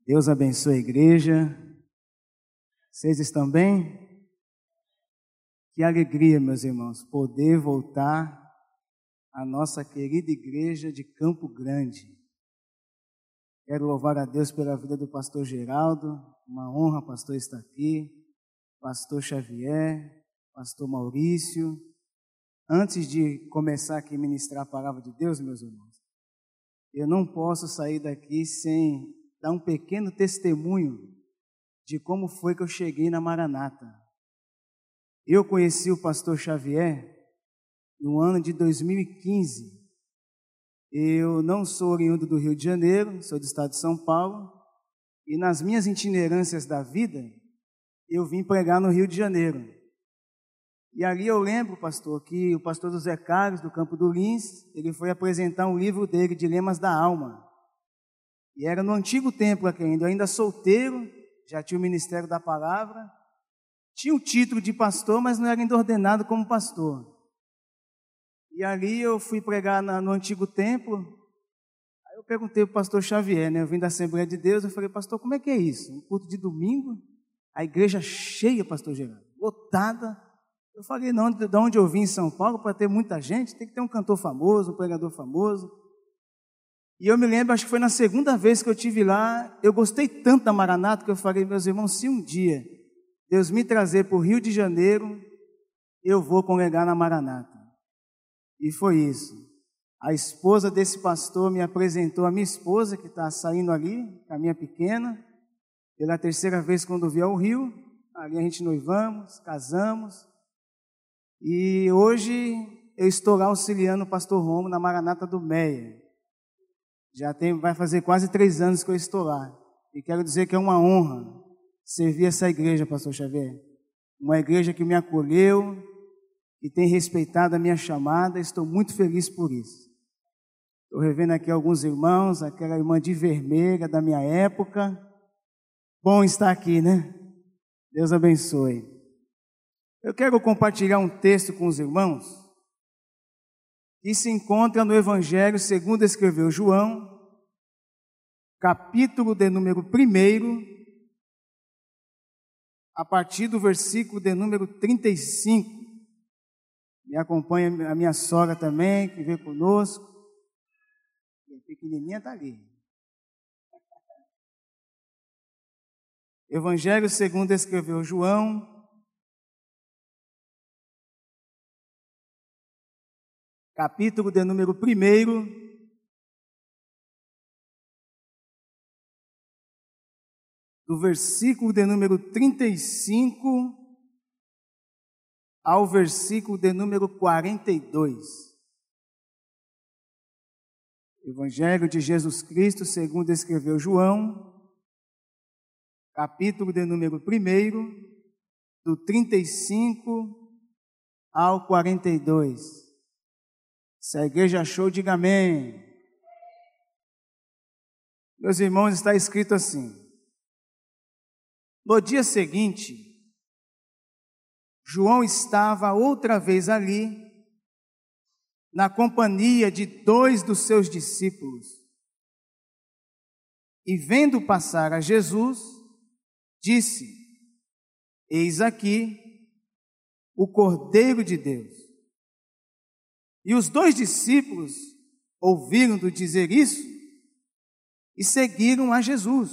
Deus abençoe a igreja. Vocês estão bem? Que alegria, meus irmãos, poder voltar à nossa querida igreja de Campo Grande. Quero louvar a Deus pela vida do pastor Geraldo. Uma honra, pastor, estar aqui. Pastor Xavier, pastor Maurício. Antes de começar aqui a ministrar a palavra de Deus, meus irmãos, eu não posso sair daqui sem dar um pequeno testemunho de como foi que eu cheguei na Maranata. Eu conheci o pastor Xavier no ano de 2015. Eu não sou oriundo do Rio de Janeiro, sou do estado de São Paulo, e nas minhas itinerâncias da vida, eu vim pregar no Rio de Janeiro. E ali eu lembro, pastor, que o pastor José Carlos, do Campo do Lins, ele foi apresentar um livro dele, Dilemas da Alma. E era no antigo templo aqui ainda, eu ainda solteiro, já tinha o ministério da palavra, tinha o título de pastor, mas não era ainda ordenado como pastor. E ali eu fui pregar no antigo templo. Aí eu perguntei para o pastor Xavier, né? Eu vim da Assembleia de Deus, eu falei, pastor, como é que é isso? Um culto de domingo, a igreja cheia, pastor Geraldo, lotada. Eu falei, não, de onde eu vim em São Paulo, para ter muita gente, tem que ter um cantor famoso, um pregador famoso. E eu me lembro, acho que foi na segunda vez que eu estive lá, eu gostei tanto da Maranata que eu falei, meus irmãos, se um dia Deus me trazer para o Rio de Janeiro, eu vou congregar na Maranata. E foi isso. A esposa desse pastor me apresentou a minha esposa, que está saindo ali, a minha pequena, pela terceira vez quando vi ao Rio. Ali a gente noivamos, casamos. E hoje eu estou lá auxiliando o pastor Romo na Maranata do Meia. Vai fazer quase 3 anos que eu estou lá. E quero dizer que é uma honra servir essa igreja, pastor Xavier. Uma igreja que me acolheu, que tem respeitado a minha chamada. Estou muito feliz por isso. Estou revendo aqui alguns irmãos, aquela irmã de vermelha da minha época. Bom estar aqui, né? Deus abençoe. Eu quero compartilhar um texto com os irmãos que se encontra no Evangelho segundo escreveu João, capítulo de número 1, a partir do versículo de número 35. Me acompanha a minha sogra também, que veio conosco. A pequenininha está ali. Evangelho segundo escreveu João, capítulo de número 1, do versículo de número 35 ao versículo de número 42. Evangelho de Jesus Cristo segundo escreveu João, capítulo de número 1, do 35 ao 42. Se a igreja achou, diga amém. Meus irmãos, está escrito assim: no dia seguinte, João estava outra vez ali, na companhia de 2 dos seus discípulos. E vendo passar a Jesus, disse: eis aqui o Cordeiro de Deus. E os 2 discípulos ouviram-do dizer isso e seguiram a Jesus.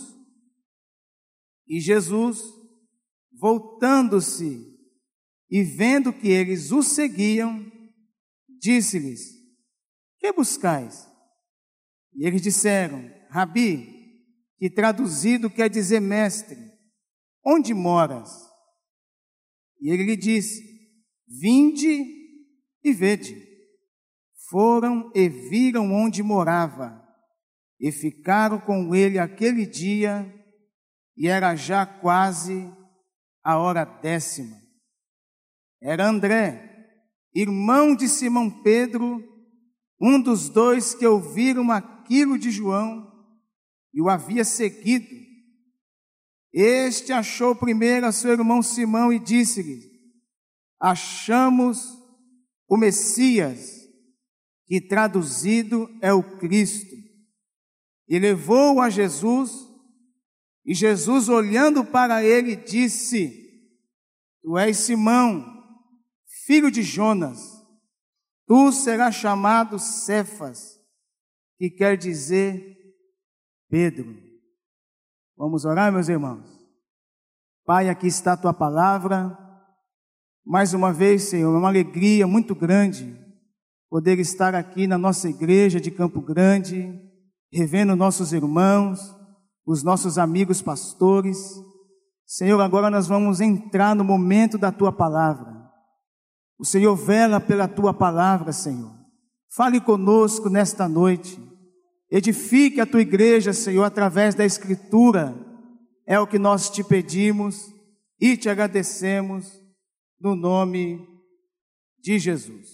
E Jesus, voltando-se e vendo que eles o seguiam, disse-lhes: que buscais? E eles disseram: Rabi, que traduzido quer dizer mestre, onde moras? E ele lhe disse: vinde e vede. Foram e viram onde morava, e ficaram com ele aquele dia, e era já quase a hora 10ª. Era André, irmão de Simão Pedro, um dos 2 que ouviram aquilo de João, e o havia seguido. Este achou primeiro a seu irmão Simão e disse-lhe: achamos o Messias, que traduzido é o Cristo. E levou a Jesus, E Jesus, olhando para ele, disse: Tu és Simão, filho de Jonas, tu serás chamado Cefas, que quer dizer Pedro. Vamos orar, meus irmãos? Pai, aqui está a tua palavra. Mais uma vez, Senhor, é uma alegria muito grande poder estar aqui na nossa igreja de Campo Grande, revendo nossos irmãos, os nossos amigos pastores. Senhor, agora nós vamos entrar no momento da tua palavra. O Senhor vela pela tua palavra, Senhor. Fale conosco nesta noite. Edifique a tua igreja, Senhor, através da Escritura. É o que nós te pedimos e te agradecemos no nome de Jesus.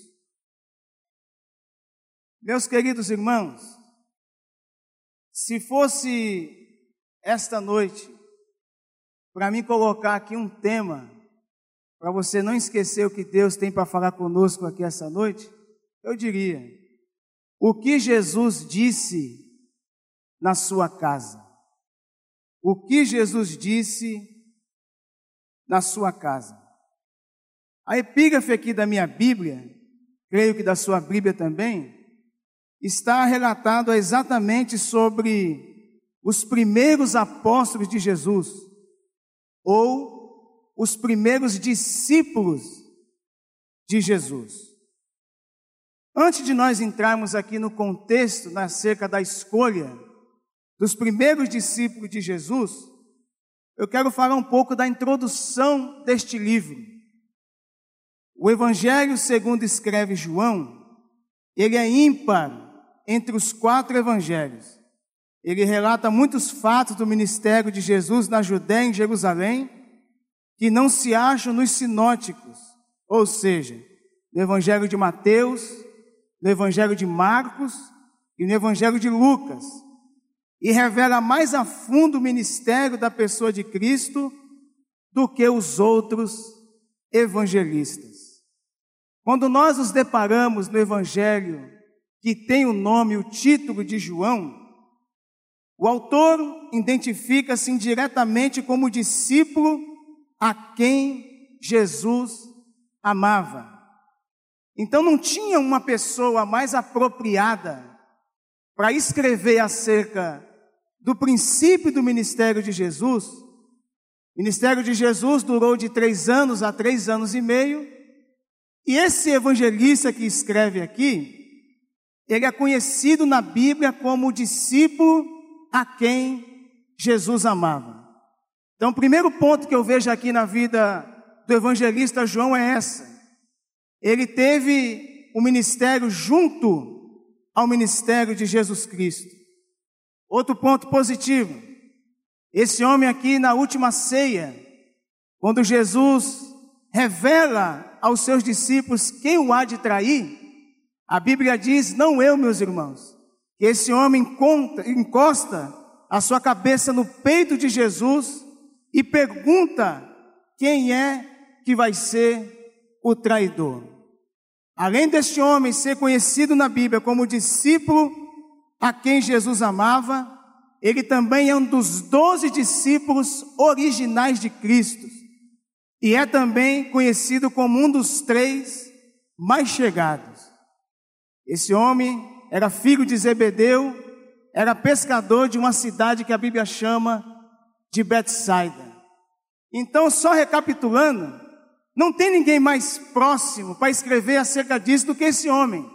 Meus queridos irmãos, se fosse esta noite para mim colocar aqui um tema, para você não esquecer o que Deus tem para falar conosco aqui essa noite, eu diria: o que Jesus disse na sua casa? O que Jesus disse na sua casa? A epígrafe aqui da minha Bíblia, creio que da sua Bíblia também, está relatado exatamente sobre os primeiros apóstolos de Jesus, ou os primeiros discípulos de Jesus. Antes de nós entrarmos aqui no contexto acerca da escolha dos primeiros discípulos de Jesus, eu quero falar um pouco da introdução deste livro. O Evangelho segundo escreve João, ele é ímpar entre os 4 evangelhos. Ele relata muitos fatos do ministério de Jesus na Judéia e em Jerusalém, que não se acham nos sinóticos, ou seja, no Evangelho de Mateus, no Evangelho de Marcos e no Evangelho de Lucas, e revela mais a fundo o ministério da pessoa de Cristo do que os outros evangelistas. Quando nós nos deparamos no Evangelho que tem o nome e o título de João, o autor identifica-se indiretamente como discípulo a quem Jesus amava. Então não tinha uma pessoa mais apropriada para escrever acerca do princípio do ministério de Jesus. O ministério de Jesus durou de 3 anos a 3 anos e meio, e esse evangelista que escreve aqui, ele é conhecido na Bíblia como o discípulo a quem Jesus amava. Então, o primeiro ponto que eu vejo aqui na vida do evangelista João é essa. Ele teve um ministério junto ao ministério de Jesus Cristo. Outro ponto positivo. Esse homem aqui na última ceia, quando Jesus revela aos seus discípulos quem o há de trair, a Bíblia diz, não eu, meus irmãos, que esse homem encosta a sua cabeça no peito de Jesus e pergunta quem é que vai ser o traidor. Além deste homem ser conhecido na Bíblia como discípulo a quem Jesus amava, ele também é um dos 12 discípulos originais de Cristo e é também conhecido como um dos 3 mais chegados. Esse homem era filho de Zebedeu, era pescador de uma cidade que a Bíblia chama de Betsaida. Então, só recapitulando, não tem ninguém mais próximo para escrever acerca disso do que esse homem.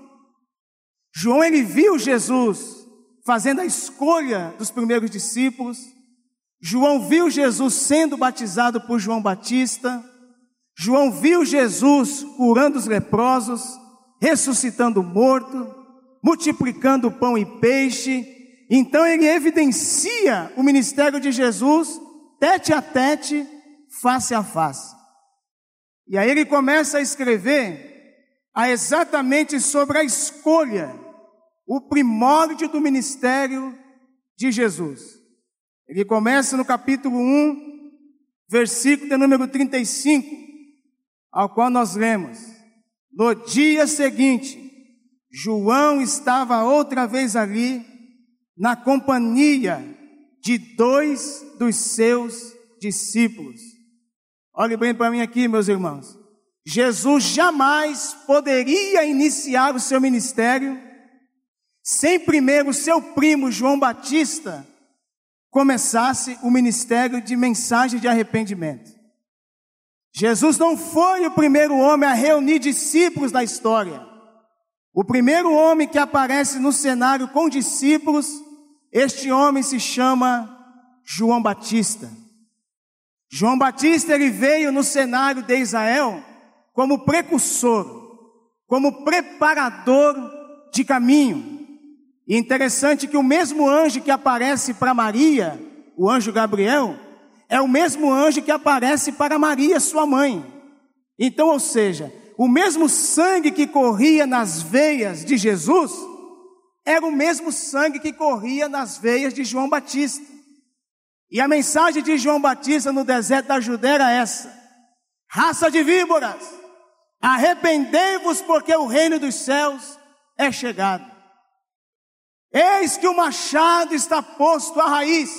João, ele viu Jesus fazendo a escolha dos primeiros discípulos. João viu Jesus sendo batizado por João Batista. João viu Jesus curando os leprosos, ressuscitando o morto, multiplicando pão e peixe. Então ele evidencia o ministério de Jesus tete a tete, face a face. E aí ele começa a escrever exatamente sobre a escolha, o primórdio do ministério de Jesus. Ele começa no capítulo 1, versículo de número 35, ao qual nós lemos: no dia seguinte, João estava outra vez ali, na companhia de 2 dos seus discípulos. Olhe bem para mim aqui, meus irmãos. Jesus jamais poderia iniciar o seu ministério sem primeiro seu primo João Batista começasse o ministério de mensagem de arrependimento. Jesus não foi o primeiro homem a reunir discípulos da história. O primeiro homem que aparece no cenário com discípulos, este homem se chama João Batista. João Batista, ele veio no cenário de Israel como precursor, como preparador de caminho. E interessante que o mesmo anjo que aparece para Maria, o anjo Gabriel, é o mesmo anjo que aparece para Maria, sua mãe. Então, ou seja, o mesmo sangue que corria nas veias de Jesus, era o mesmo sangue que corria nas veias de João Batista. E a mensagem de João Batista no deserto da Judeia era essa: raça de víboras, arrependei-vos, porque o reino dos céus é chegado. Eis que o machado está posto à raiz.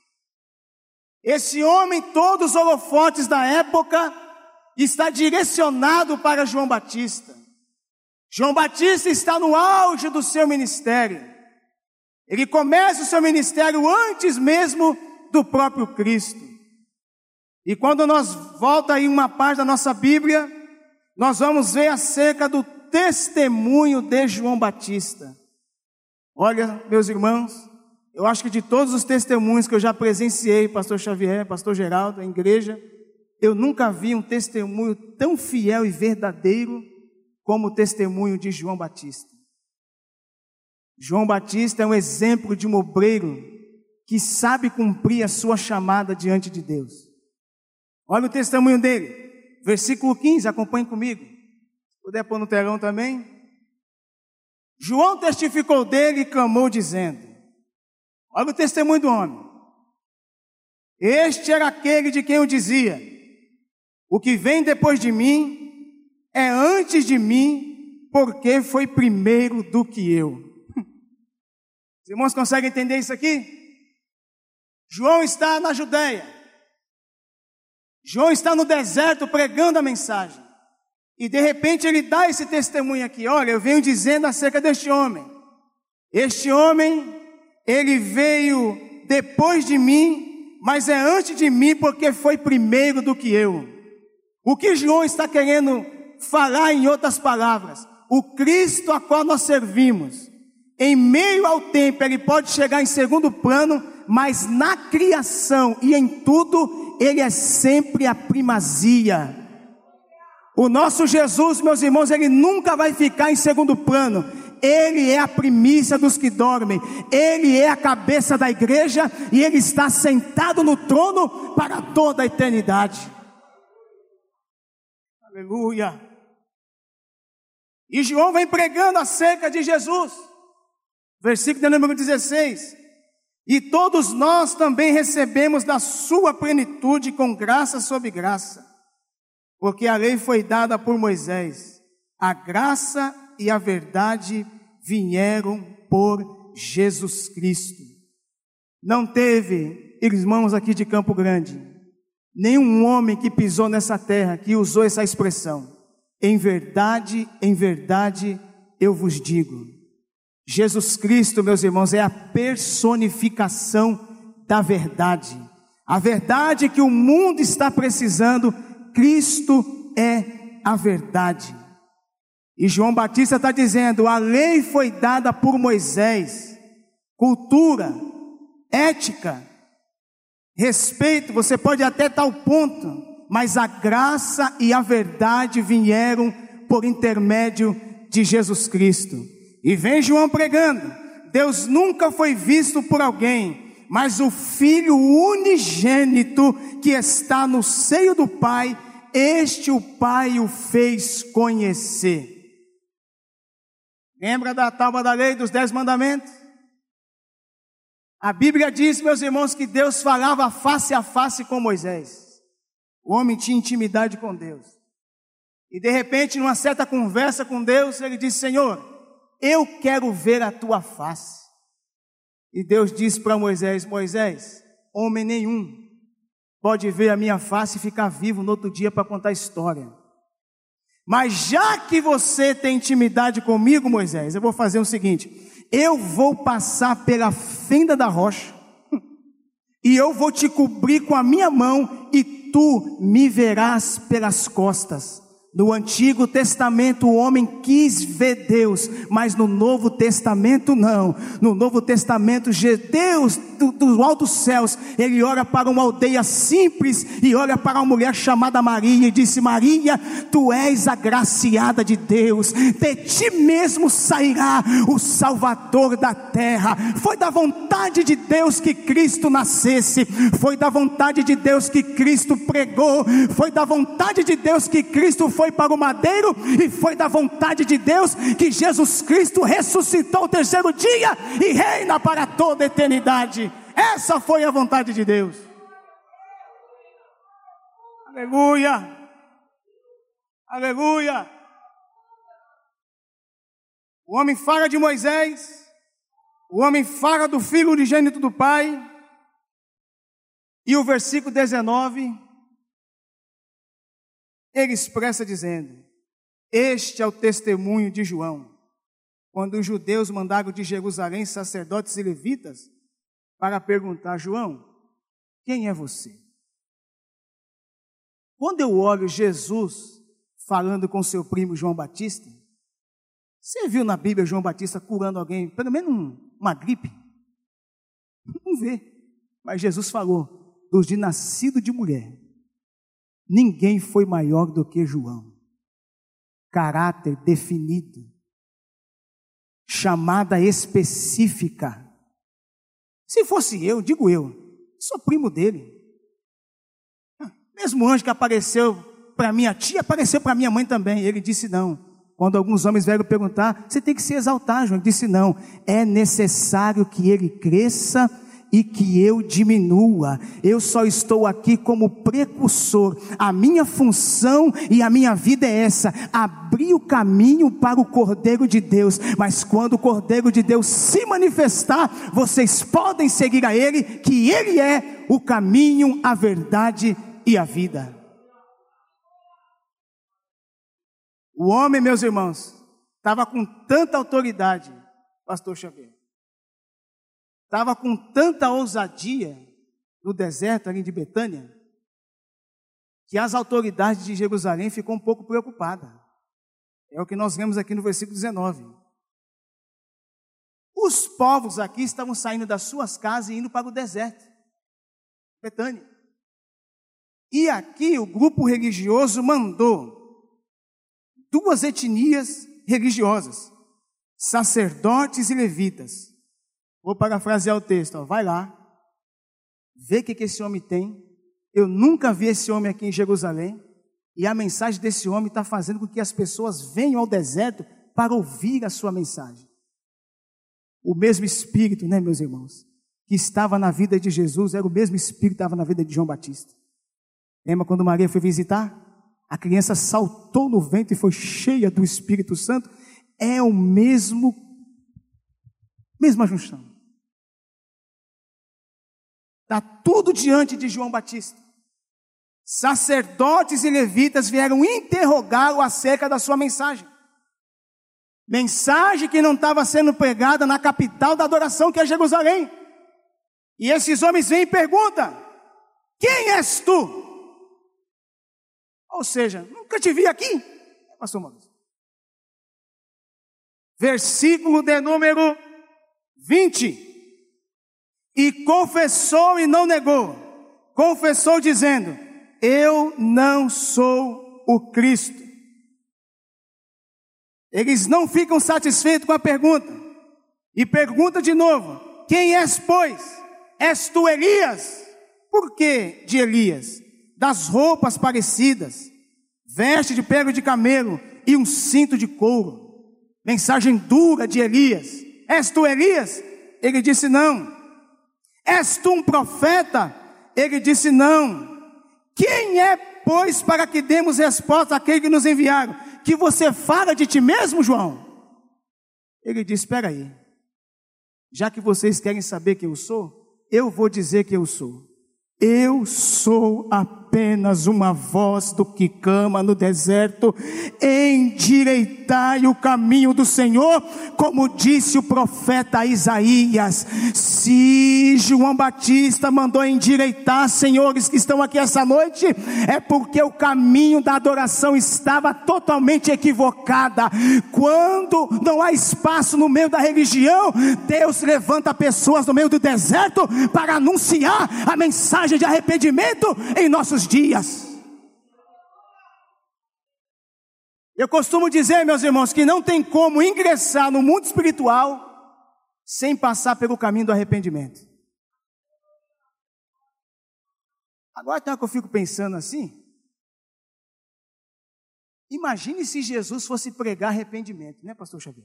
Esse homem, todos os holofotes da época, está direcionado para João Batista. João Batista está no auge do seu ministério. Ele começa o seu ministério antes mesmo do próprio Cristo. E quando nós volta aí uma parte da nossa Bíblia, nós vamos ver acerca do testemunho de João Batista. Olha, meus irmãos, eu acho que de todos os testemunhos que eu já presenciei, pastor Xavier, pastor Geraldo, em igreja, eu nunca vi um testemunho tão fiel e verdadeiro como o testemunho de João Batista. João Batista é um exemplo de um obreiro que sabe cumprir a sua chamada diante de Deus. Olha o testemunho dele, versículo 15, acompanhe comigo. Se puder pôr no telão também. João testificou dele e clamou dizendo, olha o testemunho do homem: este era aquele de quem eu dizia, o que vem depois de mim é antes de mim, porque foi primeiro do que eu. Os irmãos conseguem entender isso aqui? João está na Judeia. João está no deserto pregando a mensagem. E de repente ele dá esse testemunho aqui. Olha, eu venho dizendo acerca deste homem. Este homem, ele veio depois de mim, mas é antes de mim porque foi primeiro do que eu. O que João está querendo falar, em outras palavras, o Cristo a qual nós servimos, em meio ao tempo ele pode chegar em segundo plano, mas na criação e em tudo ele é sempre a primazia. O nosso Jesus, meus irmãos, ele nunca vai ficar em segundo plano. Ele é a primícia dos que dormem. Ele é a cabeça da igreja e ele está sentado no trono para toda a eternidade. Aleluia. E João vem pregando acerca de Jesus. Versículo de número 16. E todos nós também recebemos da sua plenitude com graça sobre graça. Porque a lei foi dada por Moisés, a graça e a verdade vieram por Jesus Cristo. Não teve, irmãos aqui de Campo Grande, nenhum homem que pisou nessa terra que usou essa expressão: em verdade, eu vos digo. Jesus Cristo, meus irmãos, é a personificação da verdade. A verdade que o mundo está precisando, Cristo é a verdade. E João Batista está dizendo, a lei foi dada por Moisés, cultura, ética, respeito, você pode até tal ponto, mas a graça e a verdade vieram por intermédio de Jesus Cristo. E vem João pregando, Deus nunca foi visto por alguém, mas o Filho unigênito que está no seio do Pai, este o Pai o fez conhecer. Lembra da tábua da lei dos 10 mandamentos? A Bíblia diz, meus irmãos, que Deus falava face a face com Moisés. O homem tinha intimidade com Deus. E de repente, numa certa conversa com Deus, ele disse, Senhor, eu quero ver a tua face. E Deus disse para Moisés: Moisés, homem nenhum pode ver a minha face e ficar vivo no outro dia para contar a história. Mas já que você tem intimidade comigo, Moisés, eu vou fazer o seguinte: eu vou passar pela fenda da rocha e eu vou te cobrir com a minha mão e tu me verás pelas costas. No Antigo Testamento o homem quis ver Deus, mas no Novo Testamento não. No Novo Testamento Deus dos altos céus, ele olha para uma aldeia simples e olha para uma mulher chamada Maria e disse: Maria, tu és agraciada de Deus, de ti mesmo sairá o Salvador da terra. Foi da vontade de Deus que Cristo nascesse, foi da vontade de Deus que Cristo pregou, foi da vontade de Deus que Cristo foi para o madeiro, e foi da vontade de Deus que Jesus Cristo ressuscitou o terceiro dia e reina para toda a eternidade. Essa foi a vontade de Deus. Aleluia, aleluia. O homem fala de Moisés, o homem fala do filho unigênito do Pai, e o versículo 19 ele expressa dizendo: este é o testemunho de João, quando os judeus mandaram de Jerusalém sacerdotes e levitas para perguntar: João, quem é você? Quando eu olho Jesus falando com seu primo João Batista, você viu na Bíblia João Batista curando alguém, pelo menos uma gripe? Não vê. Mas Jesus falou: dos de nascido de mulher, ninguém foi maior do que João. Caráter definido, chamada específica. Se fosse eu, digo eu, sou primo dele. Mesmo anjo que apareceu para minha tia, apareceu para minha mãe também. Ele disse não. Quando alguns homens vieram perguntar: você tem que se exaltar, João. Ele disse não, é necessário que ele cresça e que eu diminua. Eu só estou aqui como precursor. A minha função e a minha vida é essa: abrir o caminho para o Cordeiro de Deus. Mas quando o Cordeiro de Deus se manifestar, vocês podem seguir a Ele, que Ele é o caminho, a verdade e a vida. O homem, meus irmãos, estava com tanta autoridade, pastor Xavier, estava com tanta ousadia no deserto ali de Betânia, que as autoridades de Jerusalém ficou um pouco preocupadas. É o que nós vemos aqui no versículo 19. Os povos aqui estavam saindo das suas casas e indo para o deserto, Betânia. E aqui o grupo religioso mandou duas etnias religiosas, sacerdotes e levitas. Vou parafrasear o texto, ó. Vai lá, vê o que esse homem tem. Eu nunca vi esse homem aqui em Jerusalém, e a mensagem desse homem está fazendo com que as pessoas venham ao deserto para ouvir a sua mensagem. O mesmo Espírito, né, meus irmãos, que estava na vida de Jesus, era o mesmo Espírito que estava na vida de João Batista. Lembra quando Maria foi visitar? A criança saltou no ventre e foi cheia do Espírito Santo. É o mesma junção. Está tudo diante de João Batista. Sacerdotes e levitas vieram interrogá-lo acerca da sua mensagem. Mensagem que não estava sendo pregada na capital da adoração, que é Jerusalém. E esses homens vêm e perguntam: quem és tu? Ou seja, nunca te vi aqui, pastor Maurício. Versículo de número 20. E confessou e não negou. Confessou dizendo: eu não sou o Cristo. Eles não ficam satisfeitos com a pergunta. E pergunta de novo: quem és, pois? És tu Elias? Por que de Elias? Das roupas parecidas, veste de pelo de camelo e um cinto de couro. Mensagem dura de Elias. És tu Elias? Ele disse não. És tu um profeta? Ele disse não. Quem é, pois, para que demos resposta àquele que nos enviaram? Que você fala de ti mesmo, João? Ele disse: espera aí, Já que vocês querem saber quem eu sou, eu vou dizer quem eu sou. Eu sou apenas uma voz do que clama no deserto: endireitai o caminho do Senhor, como disse o profeta Isaías. Se João Batista mandou endireitar, senhores que estão aqui essa noite, é porque o caminho da adoração estava totalmente equivocada. Quando não há espaço no meio da religião, Deus levanta pessoas no meio do deserto para anunciar a mensagem de arrependimento em nossos dias. Eu costumo dizer, meus irmãos, que não tem como ingressar no mundo espiritual sem passar pelo caminho do arrependimento. Agora tem uma que eu fico pensando assim. Imagine se Jesus fosse pregar arrependimento, né, pastor Xavier?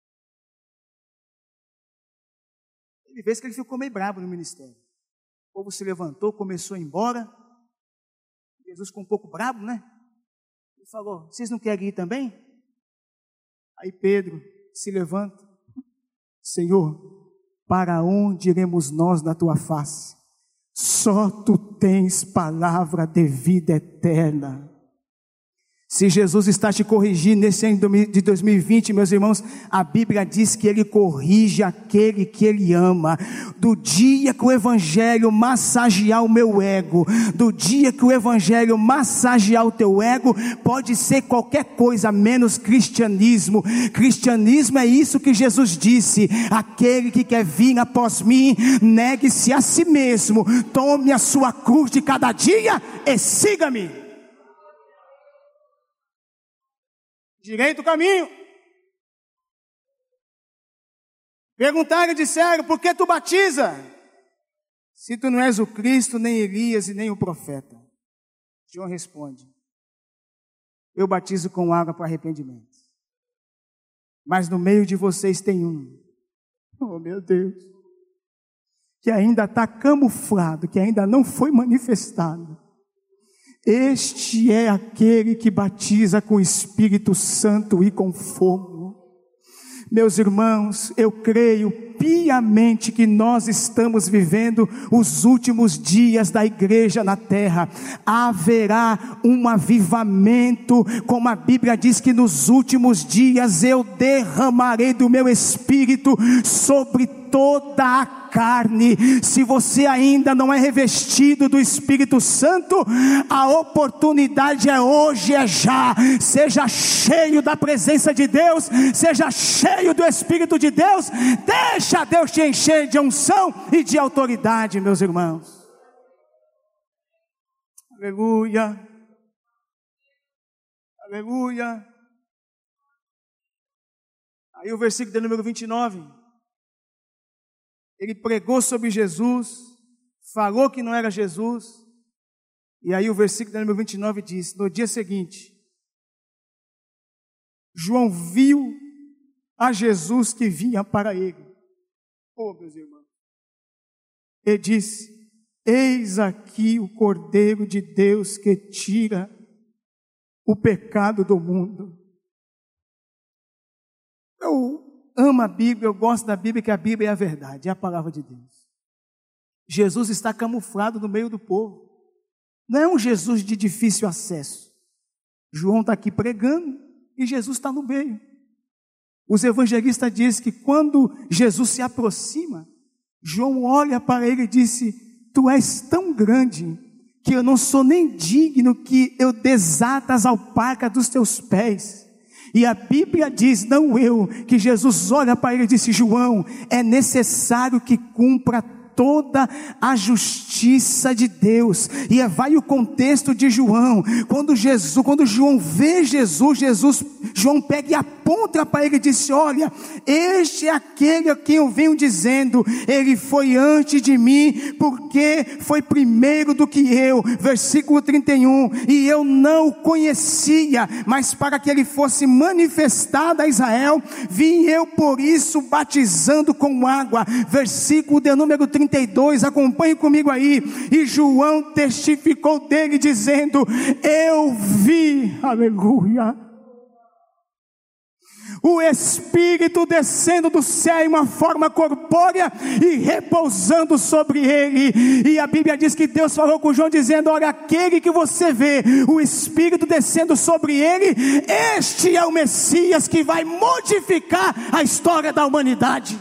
Teve vezes que ele ficou meio bravo no ministério. O povo se levantou, começou a ir embora. Jesus ficou um pouco bravo, né? Ele falou: vocês não querem ir também? Aí Pedro se levanta: Senhor, para onde iremos nós na tua face? Só tu tens palavra de vida eterna. Se Jesus está te corrigindo nesse ano de 2020, meus irmãos, a Bíblia diz que Ele corrige aquele que Ele ama. Do dia que o Evangelho massagear o meu ego, do dia que o Evangelho massagear o teu ego, pode ser qualquer coisa menos cristianismo. Cristianismo é isso que Jesus disse: aquele que quer vir após mim, negue-se a si mesmo, tome a sua cruz de cada dia e siga-me. Direito o caminho. Perguntaram e disseram: por que tu batiza, se tu não és o Cristo, nem Elias e nem o profeta? João responde: eu batizo com água para arrependimento, mas no meio de vocês tem um, oh meu Deus, que ainda está camuflado, que ainda não foi manifestado. Este é aquele que batiza com o Espírito Santo e com fogo. Meus irmãos, eu creio piamente que nós estamos vivendo os últimos dias da igreja na terra. Haverá um avivamento, como a Bíblia diz que nos últimos dias eu derramarei do meu Espírito sobre toda a carne. Se você ainda não é revestido do Espírito Santo, a oportunidade é hoje, é já. Seja cheio da presença de Deus, seja cheio do Espírito de Deus. Deixa Deus te encher de unção e de autoridade, meus irmãos. Aleluia, aleluia. Aí o versículo de número 29, ele pregou sobre Jesus, falou que não era Jesus, e aí o versículo de número 29 diz: no dia seguinte, João viu a Jesus que vinha para ele. Oh, meus irmãos, ele disse: eis aqui o Cordeiro de Deus que tira o pecado do mundo. Eu amo a Bíblia, eu gosto da Bíblia, que a Bíblia é a verdade, é a palavra de Deus. Jesus está camuflado no meio do povo. Não é um Jesus de difícil acesso. João está aqui pregando e Jesus está no meio. Os evangelistas dizem que quando Jesus se aproxima, João olha para ele e disse: tu és tão grande que eu não sou nem digno que eu desata as alparcas dos teus pés. E a Bíblia diz, não eu, que Jesus olha para ele e disse: João, é necessário que cumpra toda a justiça de Deus. E vai o contexto de João. Quando João vê Jesus, João pega e aponta para ele e disse: olha, este é aquele a quem eu venho dizendo, ele foi antes de mim, porque foi primeiro do que eu. Versículo 31, e eu não o conhecia, mas para que ele fosse manifestado a Israel, vim eu por isso batizando com água. Versículo de número 32, acompanhe comigo aí. E João testificou dele dizendo: eu vi, aleluia, o Espírito descendo do céu em uma forma corpórea e repousando sobre ele. E a Bíblia diz que Deus falou com João dizendo: olha, aquele que você vê, o Espírito descendo sobre ele, este é o Messias que vai modificar a história da humanidade.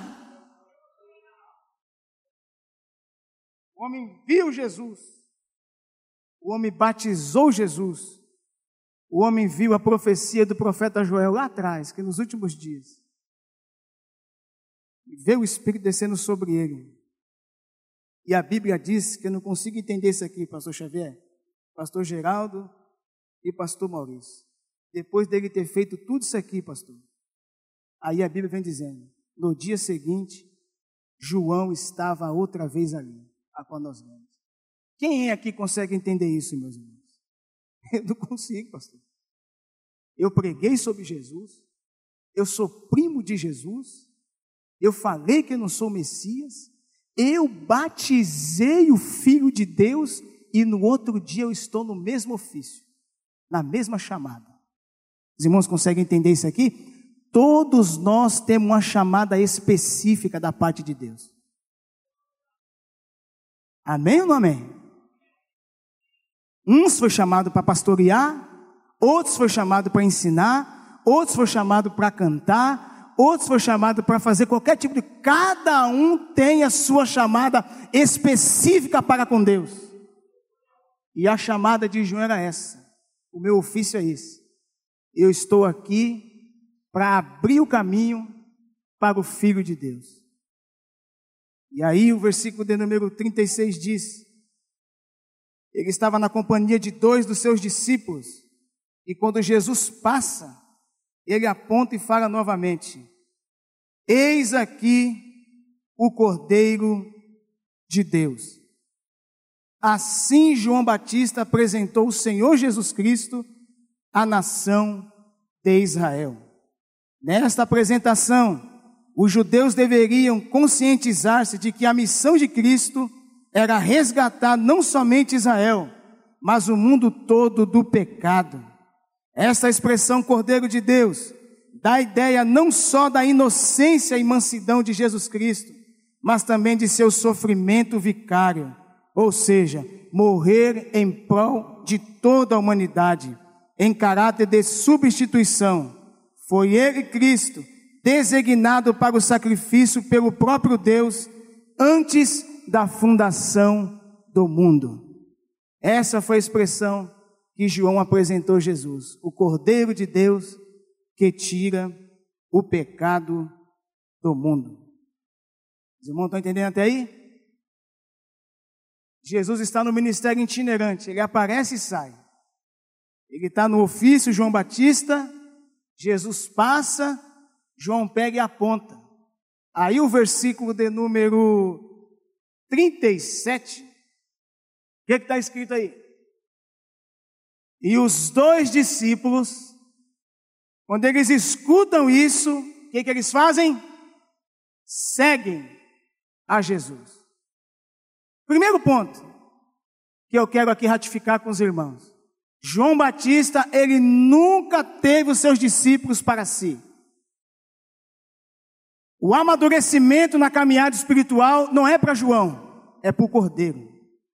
O homem viu Jesus, o homem batizou Jesus, o homem viu a profecia do profeta Joel lá atrás, que nos últimos dias, e vê o Espírito descendo sobre ele. E a Bíblia diz, que eu não consigo entender isso aqui, pastor Xavier, pastor Geraldo e pastor Maurício, depois dele ter feito tudo isso aqui, pastor, aí a Bíblia vem dizendo, no dia seguinte, João estava outra vez ali, a qual nós vemos. Quem aqui consegue entender isso, meus irmãos? Eu não consigo, pastor. Eu preguei sobre Jesus, eu sou primo de Jesus, eu falei que eu não sou Messias, eu batizei o Filho de Deus e no outro dia eu estou no mesmo ofício, na mesma chamada. Os irmãos conseguem entender isso aqui? Todos nós temos uma chamada específica da parte de Deus. Amém ou não amém? Uns foi chamado para pastorear, outros foi chamado para ensinar, outros foi chamado para cantar, outros foi chamado para fazer qualquer tipo de... Cada um tem a sua chamada específica para com Deus. E a chamada de João era essa. O meu ofício é esse. Eu estou aqui para abrir o caminho para o Filho de Deus. E aí o versículo de número 36 diz... Ele estava na companhia de 2 dos seus discípulos. E quando Jesus passa, ele aponta e fala novamente: eis aqui o Cordeiro de Deus. Assim João Batista apresentou o Senhor Jesus Cristo à nação de Israel. Nesta apresentação, os judeus deveriam conscientizar-se de que a missão de Cristo era resgatar não somente Israel, mas o mundo todo do pecado. Esta expressão Cordeiro de Deus dá a ideia não só da inocência e mansidão de Jesus Cristo, mas também de seu sofrimento vicário, ou seja, morrer em prol de toda a humanidade, em caráter de substituição. Foi ele, Cristo, designado para o sacrifício pelo próprio Deus, antes da fundação do mundo. Essa foi a expressão que João apresentou Jesus, o Cordeiro de Deus que tira o pecado do mundo. Os irmãos estão entendendo até aí? Jesus está no ministério itinerante, ele aparece e sai. Ele está no ofício, João Batista, Jesus passa, João pega e aponta. Aí o versículo de número 37, o que está escrito aí? E os 2 discípulos, quando eles escutam isso, o que eles fazem? Seguem a Jesus. Primeiro ponto que eu quero aqui ratificar com os irmãos: João Batista, ele nunca teve os seus discípulos para si. O amadurecimento na caminhada espiritual não é para João, é para o Cordeiro.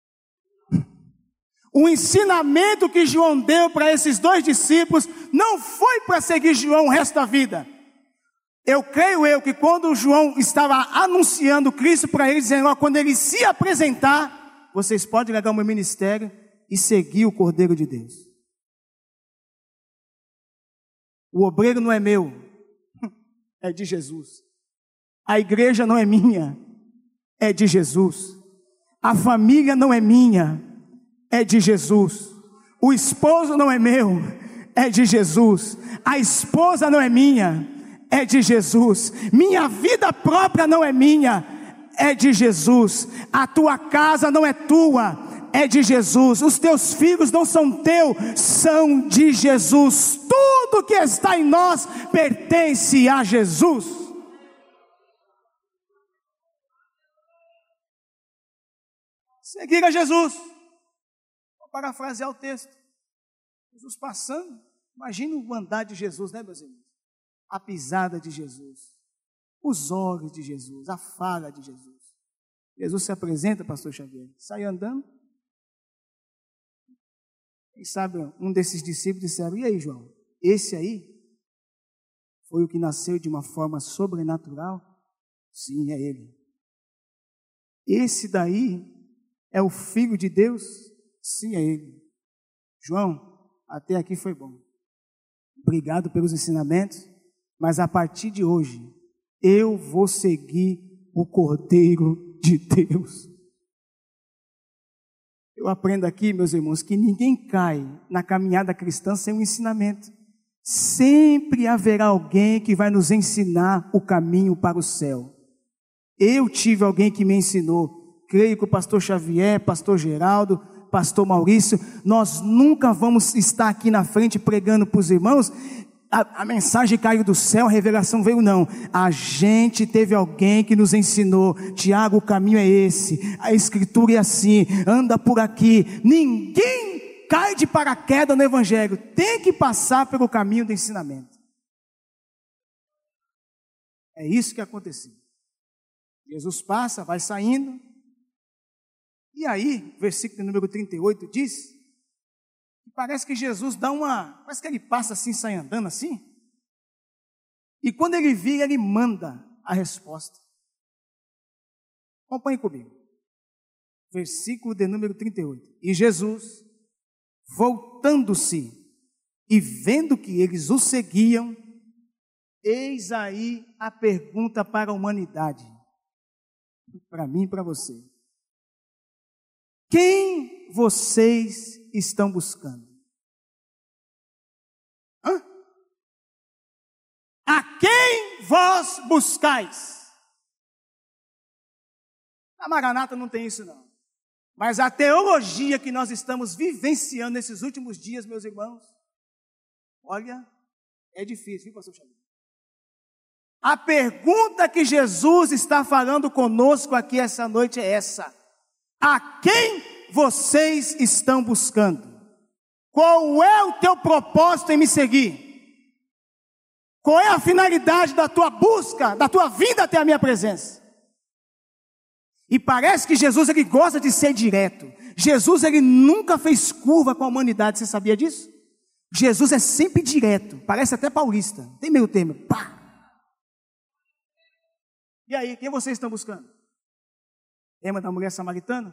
O ensinamento que João deu para esses 2 discípulos não foi para seguir João o resto da vida. Eu creio que quando João estava anunciando Cristo para eles, dizendo, quando ele se apresentar, vocês podem largar o meu ministério e seguir o Cordeiro de Deus. O obreiro não é meu, é de Jesus. A igreja não é minha, é de Jesus. A família não é minha, é de Jesus. O esposo não é meu, é de Jesus. A esposa não é minha, é de Jesus. Minha vida própria não é minha, é de Jesus. A tua casa não é tua, é de Jesus. Os teus filhos não são teus, são de Jesus. Tudo que está em nós pertence a Jesus. Seguir a Jesus. Vou parafrasear o texto. Jesus passando. Imagina o andar de Jesus, né, meus irmãos? a pisada de Jesus, os olhos de Jesus, a fala de Jesus. Jesus se apresenta, pastor Xavier, sai andando. Quem sabe um desses discípulos disseram, e aí, João, esse aí foi o que nasceu de uma forma sobrenatural? Sim, é ele. Esse daí é o Filho de Deus? Sim, é ele. João, até aqui foi bom. Obrigado pelos ensinamentos, mas a partir de hoje, eu vou seguir o Cordeiro de Deus. Eu aprendo aqui, meus irmãos, que ninguém cai na caminhada cristã sem um ensinamento. Sempre haverá alguém que vai nos ensinar o caminho para o céu. Eu tive alguém que me ensinou, creio que o pastor Xavier, pastor Geraldo, pastor Maurício, nós nunca vamos estar aqui na frente pregando para os irmãos, a mensagem caiu do céu, a revelação veio, não. A gente teve alguém que nos ensinou, Tiago, o caminho é esse, a escritura é assim, anda por aqui. Ninguém cai de paraquedas no evangelho, tem que passar pelo caminho do ensinamento. É isso que aconteceu. Jesus passa, vai saindo, e aí, versículo número 38 diz, parece que Jesus parece que ele passa assim, sai andando assim, e quando ele vira, ele manda a resposta. Acompanhe comigo. Versículo de número 38. E Jesus, voltando-se e vendo que eles o seguiam, eis aí a pergunta para a humanidade, para mim e para você. Quem vocês estão buscando? Hã? A quem vós buscais? A Maranata não tem isso não. Mas a teologia que nós estamos vivenciando nesses últimos dias, meus irmãos, olha, é difícil, viu, pastor Xavier? A pergunta que Jesus está falando conosco aqui essa noite é essa: a quem vocês estão buscando? Qual é o teu propósito em me seguir? Qual é a finalidade da tua busca, da tua vinda até a minha presença? E parece que Jesus, ele gosta de ser direto. Jesus, ele nunca fez curva com a humanidade, você sabia disso? Jesus é sempre direto, parece até paulista, tem meio termo, pá. E aí, quem vocês estão buscando? Lembra da mulher samaritana?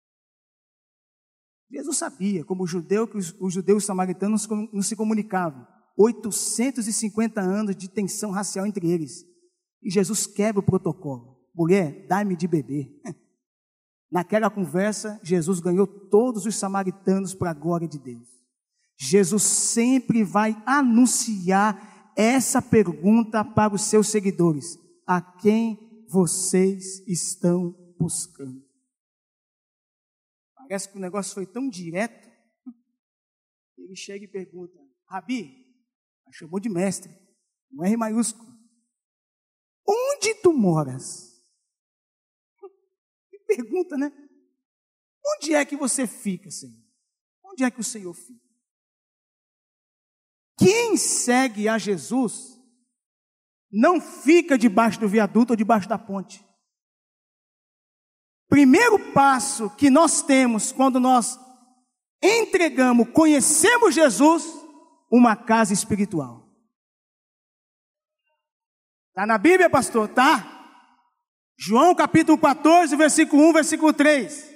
Jesus sabia, como judeu, que os judeus samaritanos não se comunicavam. 850 anos de tensão racial entre eles. E Jesus quebra o protocolo. Mulher, dá-me de beber. Naquela conversa, Jesus ganhou todos os samaritanos para a glória de Deus. Jesus sempre vai anunciar essa pergunta para os seus seguidores: a quem vocês estão buscando? Parece que o negócio foi tão direto. Ele chega e pergunta: Rabi, chamou de mestre, um R maiúsculo, onde tu moras? Que pergunta, né? Onde é que você fica, Senhor? Onde é que o Senhor fica? Quem segue a Jesus não fica debaixo do viaduto ou debaixo da ponte. Primeiro passo que nós temos quando nós entregamos, conhecemos Jesus, uma casa espiritual. Está na Bíblia, pastor? Tá? João capítulo 14, versículo 1, versículo 3.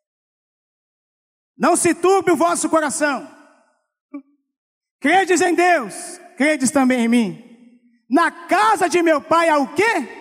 Não se turbe o vosso coração. Credes em Deus, credes também em mim. Na casa de meu pai há o quê?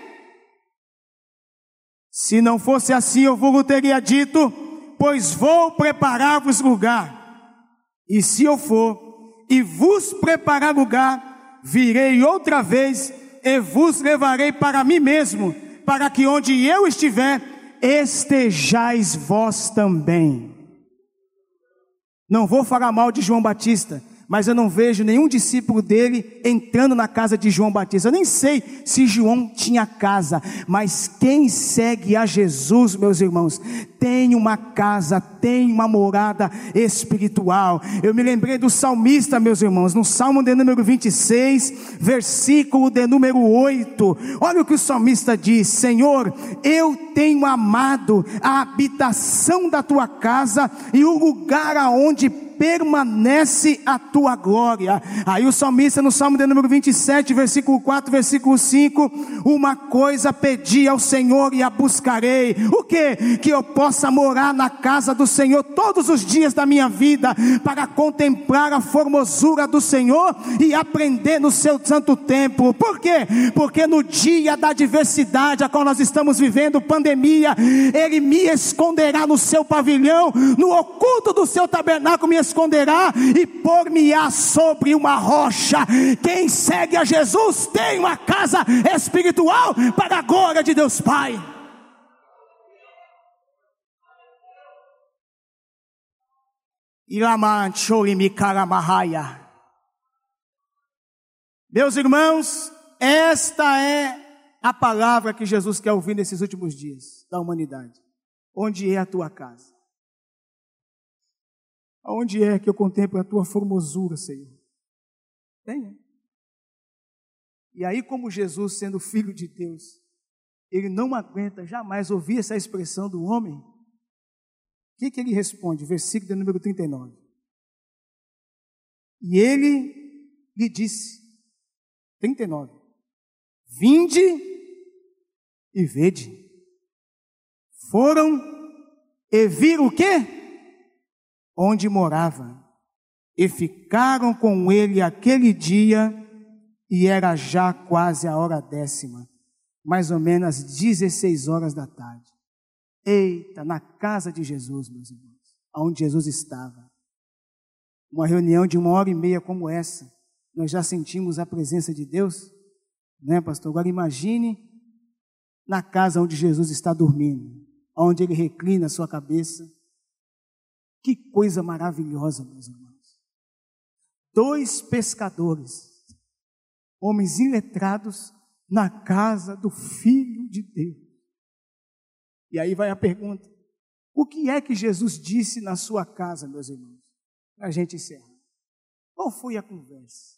Se não fosse assim, eu vos teria dito, pois vou preparar-vos lugar. E se eu for e vos preparar lugar, virei outra vez e vos levarei para mim mesmo, para que onde eu estiver, estejais vós também. Não vou falar mal de João Batista, mas eu não vejo nenhum discípulo dele entrando na casa de João Batista. Eu nem sei se João tinha casa, mas quem segue a Jesus, meus irmãos, tem uma casa, tem uma morada espiritual. Eu me lembrei do salmista, meus irmãos, no Salmo de número 26, versículo de número 8. Olha o que o salmista diz: Senhor, eu tenho amado a habitação da tua casa e o lugar aonde permanece a tua glória. Aí o salmista no Salmo de número 27, versículo 4, versículo 5, uma coisa pedi ao Senhor e a buscarei. O quê? Que eu possa morar na casa do Senhor todos os dias da minha vida, para contemplar a formosura do Senhor e aprender no seu santo templo. Por quê? Porque no dia da adversidade a qual nós estamos vivendo, pandemia, Ele me esconderá no seu pavilhão, no oculto do seu tabernáculo me esconderá e pôr-me-á sobre uma rocha. Quem segue a Jesus tem uma casa espiritual para a glória de Deus Pai. Meus irmãos, esta é a palavra que Jesus quer ouvir nesses últimos dias da humanidade. Onde é a tua casa? Aonde é que eu contemplo a tua formosura, Senhor? Tem. E aí, como Jesus, sendo filho de Deus, ele não aguenta jamais ouvir essa expressão do homem. O que ele responde? Versículo de número 39. E ele lhe disse, 39, vinde e vede. Foram e viram o quê? Onde morava, e ficaram com ele aquele dia, e era já quase a hora 10ª, mais ou menos às 16 horas da tarde. Eita, na casa de Jesus, meus irmãos, onde Jesus estava, uma reunião de 1h30 como essa, nós já sentimos a presença de Deus, né, pastor? Agora imagine na casa onde Jesus está dormindo, onde ele reclina a sua cabeça. Que coisa maravilhosa, meus irmãos. 2 pescadores, homens iletrados, na casa do Filho de Deus. E aí vai a pergunta: o que é que Jesus disse na sua casa, meus irmãos? Para a gente encerrar. Qual foi a conversa?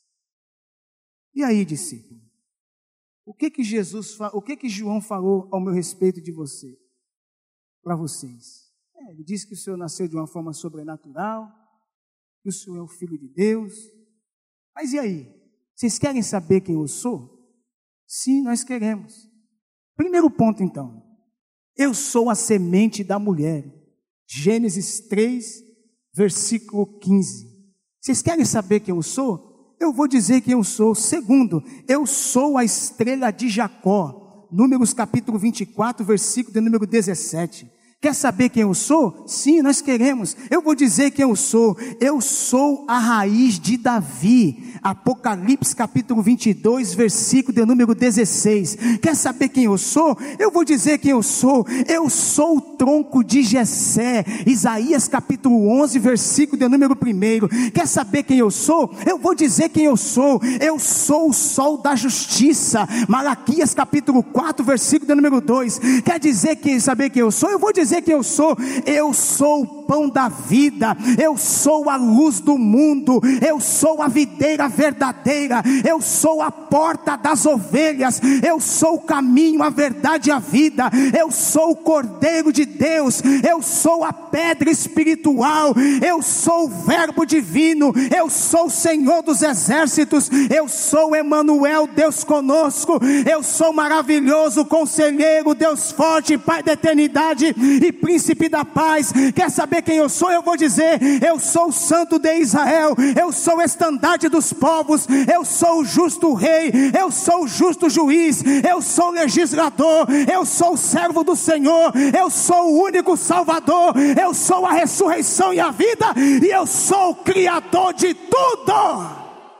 E aí, discípulo? O que que João falou ao meu respeito de você? Para vocês? Ele disse que o Senhor nasceu de uma forma sobrenatural, que o Senhor é o Filho de Deus. Mas e aí? Vocês querem saber quem eu sou? Sim, nós queremos. Primeiro ponto então. Eu sou a semente da mulher. Gênesis 3, versículo 15. Vocês querem saber quem eu sou? Eu vou dizer quem eu sou. Segundo, eu sou a estrela de Jacó. Números capítulo 24, versículo de número 17. Quer saber quem eu sou? Sim, nós queremos. Eu vou dizer quem eu sou. Eu sou a raiz de Davi. Apocalipse capítulo 22, versículo de número 16. Quer saber quem eu sou? Eu vou dizer quem eu sou. Eu sou o tronco de Jessé. Isaías capítulo 11, versículo de número 1. Quer saber quem eu sou? Eu vou dizer quem eu sou. Eu sou o sol da justiça. Malaquias capítulo 4, versículo de número 2. Quer dizer saber quem eu sou? Eu vou dizer quem eu sou o pão da vida, eu sou a luz do mundo, eu sou a videira verdadeira, eu sou a porta das ovelhas, eu sou o caminho, a verdade e a vida, eu sou o Cordeiro de Deus, eu sou a pedra espiritual, eu sou o verbo divino, eu sou o Senhor dos exércitos, eu sou Emanuel, Deus conosco, eu sou maravilhoso, conselheiro, Deus forte, Pai da eternidade e príncipe da paz. Quer saber quem eu sou? Eu vou dizer, eu sou o santo de Israel, eu sou o estandarte dos povos, eu sou o justo rei, eu sou o justo juiz, eu sou o legislador, eu sou o servo do Senhor, eu sou o único salvador, eu sou a ressurreição e a vida, e eu sou o criador de tudo.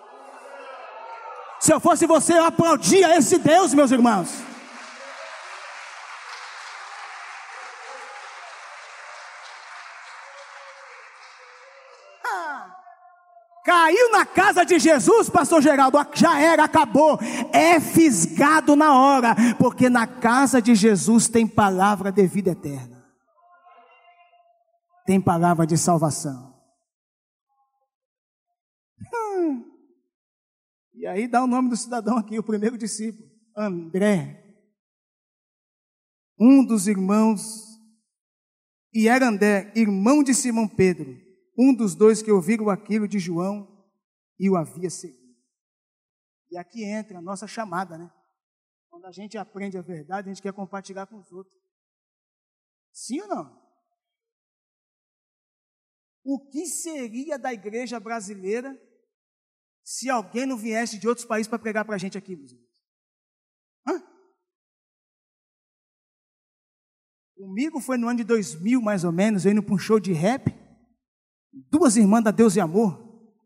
Se eu fosse você, eu aplaudia esse Deus, meus irmãos. Caiu na casa de Jesus, pastor Geraldo, já era, acabou. É fisgado na hora, porque na casa de Jesus tem palavra de vida eterna. Tem palavra de salvação. E aí dá o nome do cidadão aqui, o primeiro discípulo, André. Um dos irmãos, e era André, irmão de Simão Pedro, um dos dois que ouviram aquilo de João e o havia seguido. E aqui entra a nossa chamada, né? Quando a gente aprende a verdade, a gente quer compartilhar com os outros. Sim ou não? O que seria da igreja brasileira se alguém não viesse de outros países para pregar para a gente aqui, meus irmãos? Comigo foi no ano de 2000, mais ou menos, eu indo para um show de rap, 2 irmãs da Deus e Amor,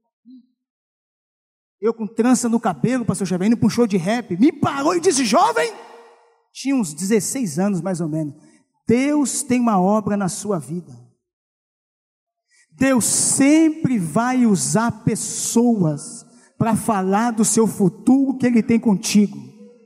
eu com trança no cabelo, pastor Xavier, indo para um show de rap, me parou e disse: jovem, tinha uns 16 anos mais ou menos, Deus tem uma obra na sua vida. Deus sempre vai usar pessoas para falar do seu futuro que Ele tem contigo.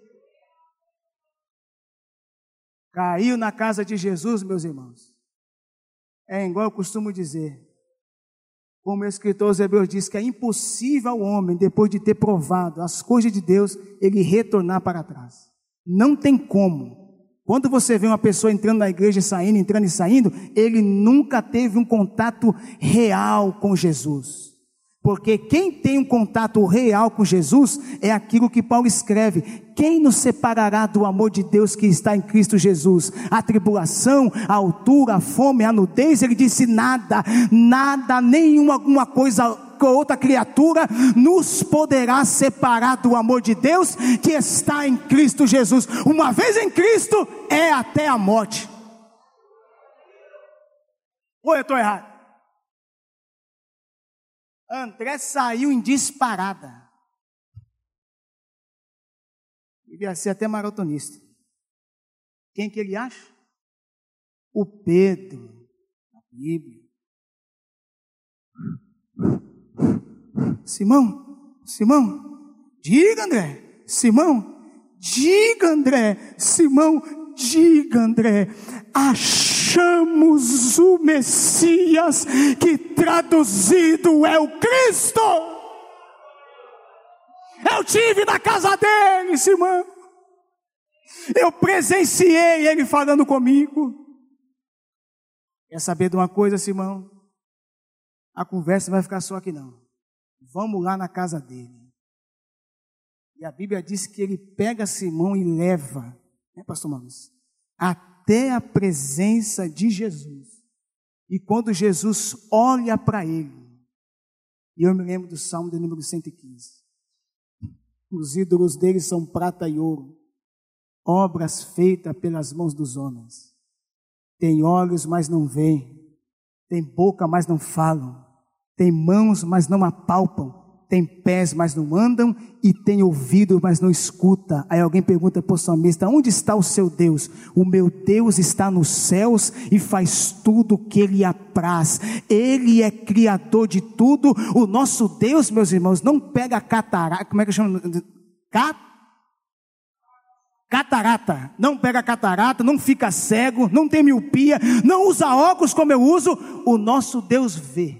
Caiu na casa de Jesus, meus irmãos. É igual eu costumo dizer, como o escritor aos Hebreus diz, que é impossível ao homem, depois de ter provado as coisas de Deus, ele retornar para trás. Não tem como. Quando você vê uma pessoa entrando na igreja e saindo, entrando e saindo, ele nunca teve um contato real com Jesus. Porque quem tem um contato real com Jesus é aquilo que Paulo escreve: quem nos separará do amor de Deus que está em Cristo Jesus? A tribulação, a altura, a fome, a nudez? Ele disse: nada, nenhuma alguma coisa ou outra criatura nos poderá separar do amor de Deus que está em Cristo Jesus. Uma vez em Cristo, é até a morte. Ou eu estou errado? André saiu em disparada. Devia ser até maratonista. Quem que ele acha? O Pedro, na Bíblia. Simão, diga André, diga André, achamos o Messias, que traduzido é o Cristo. Eu tive na casa dele, Simão. Eu presenciei ele falando comigo. Quer saber de uma coisa, Simão? A conversa não vai ficar só aqui não. Vamos lá na casa dele. E a Bíblia diz que ele pega Simão e leva, né, pastor Maurício? Até a presença de Jesus. E quando Jesus olha para ele, e eu me lembro do Salmo de número 115. Os ídolos dele são prata e ouro, obras feitas pelas mãos dos homens. Tem olhos, mas não veem. Tem boca, mas não falam. Tem mãos, mas não apalpam. Tem pés, mas não andam. E tem ouvido, mas não escuta. Aí alguém pergunta para o salmista: onde está o seu Deus? O meu Deus está nos céus e faz tudo o que Ele apraz. Ele é criador de tudo. O nosso Deus, meus irmãos, não pega catarata. Como é que chama? Catarata. Não pega catarata, não fica cego, não tem miopia, não usa óculos como eu uso. O nosso Deus vê.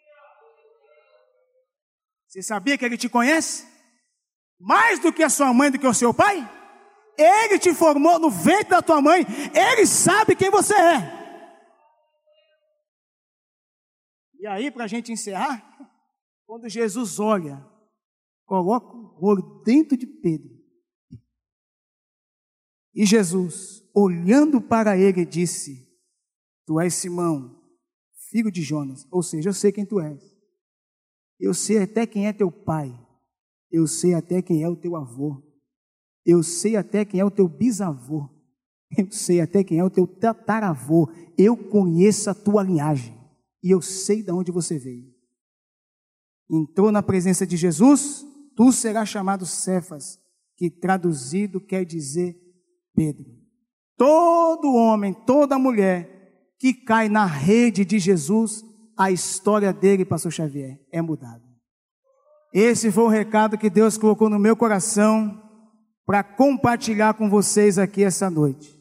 Você sabia que Ele te conhece? Mais do que a sua mãe, do que o seu pai? Ele te formou no ventre da tua mãe. Ele sabe quem você é. E aí, para a gente encerrar, quando Jesus olha, coloca o olho dentro de Pedro. E Jesus, olhando para ele, disse: tu és Simão, filho de Jonas. Ou seja, eu sei quem tu és. Eu sei até quem é teu pai. Eu sei até quem é o teu avô. Eu sei até quem é o teu bisavô. Eu sei até quem é o teu tataravô. Eu conheço a tua linhagem. E eu sei de onde você veio. Entrou na presença de Jesus, tu serás chamado Cefas, que traduzido quer dizer Pedro. Todo homem, toda mulher que cai na rede de Jesus, a história dele, pastor Xavier, é mudada. Esse foi o recado que Deus colocou no meu coração para compartilhar com vocês aqui essa noite.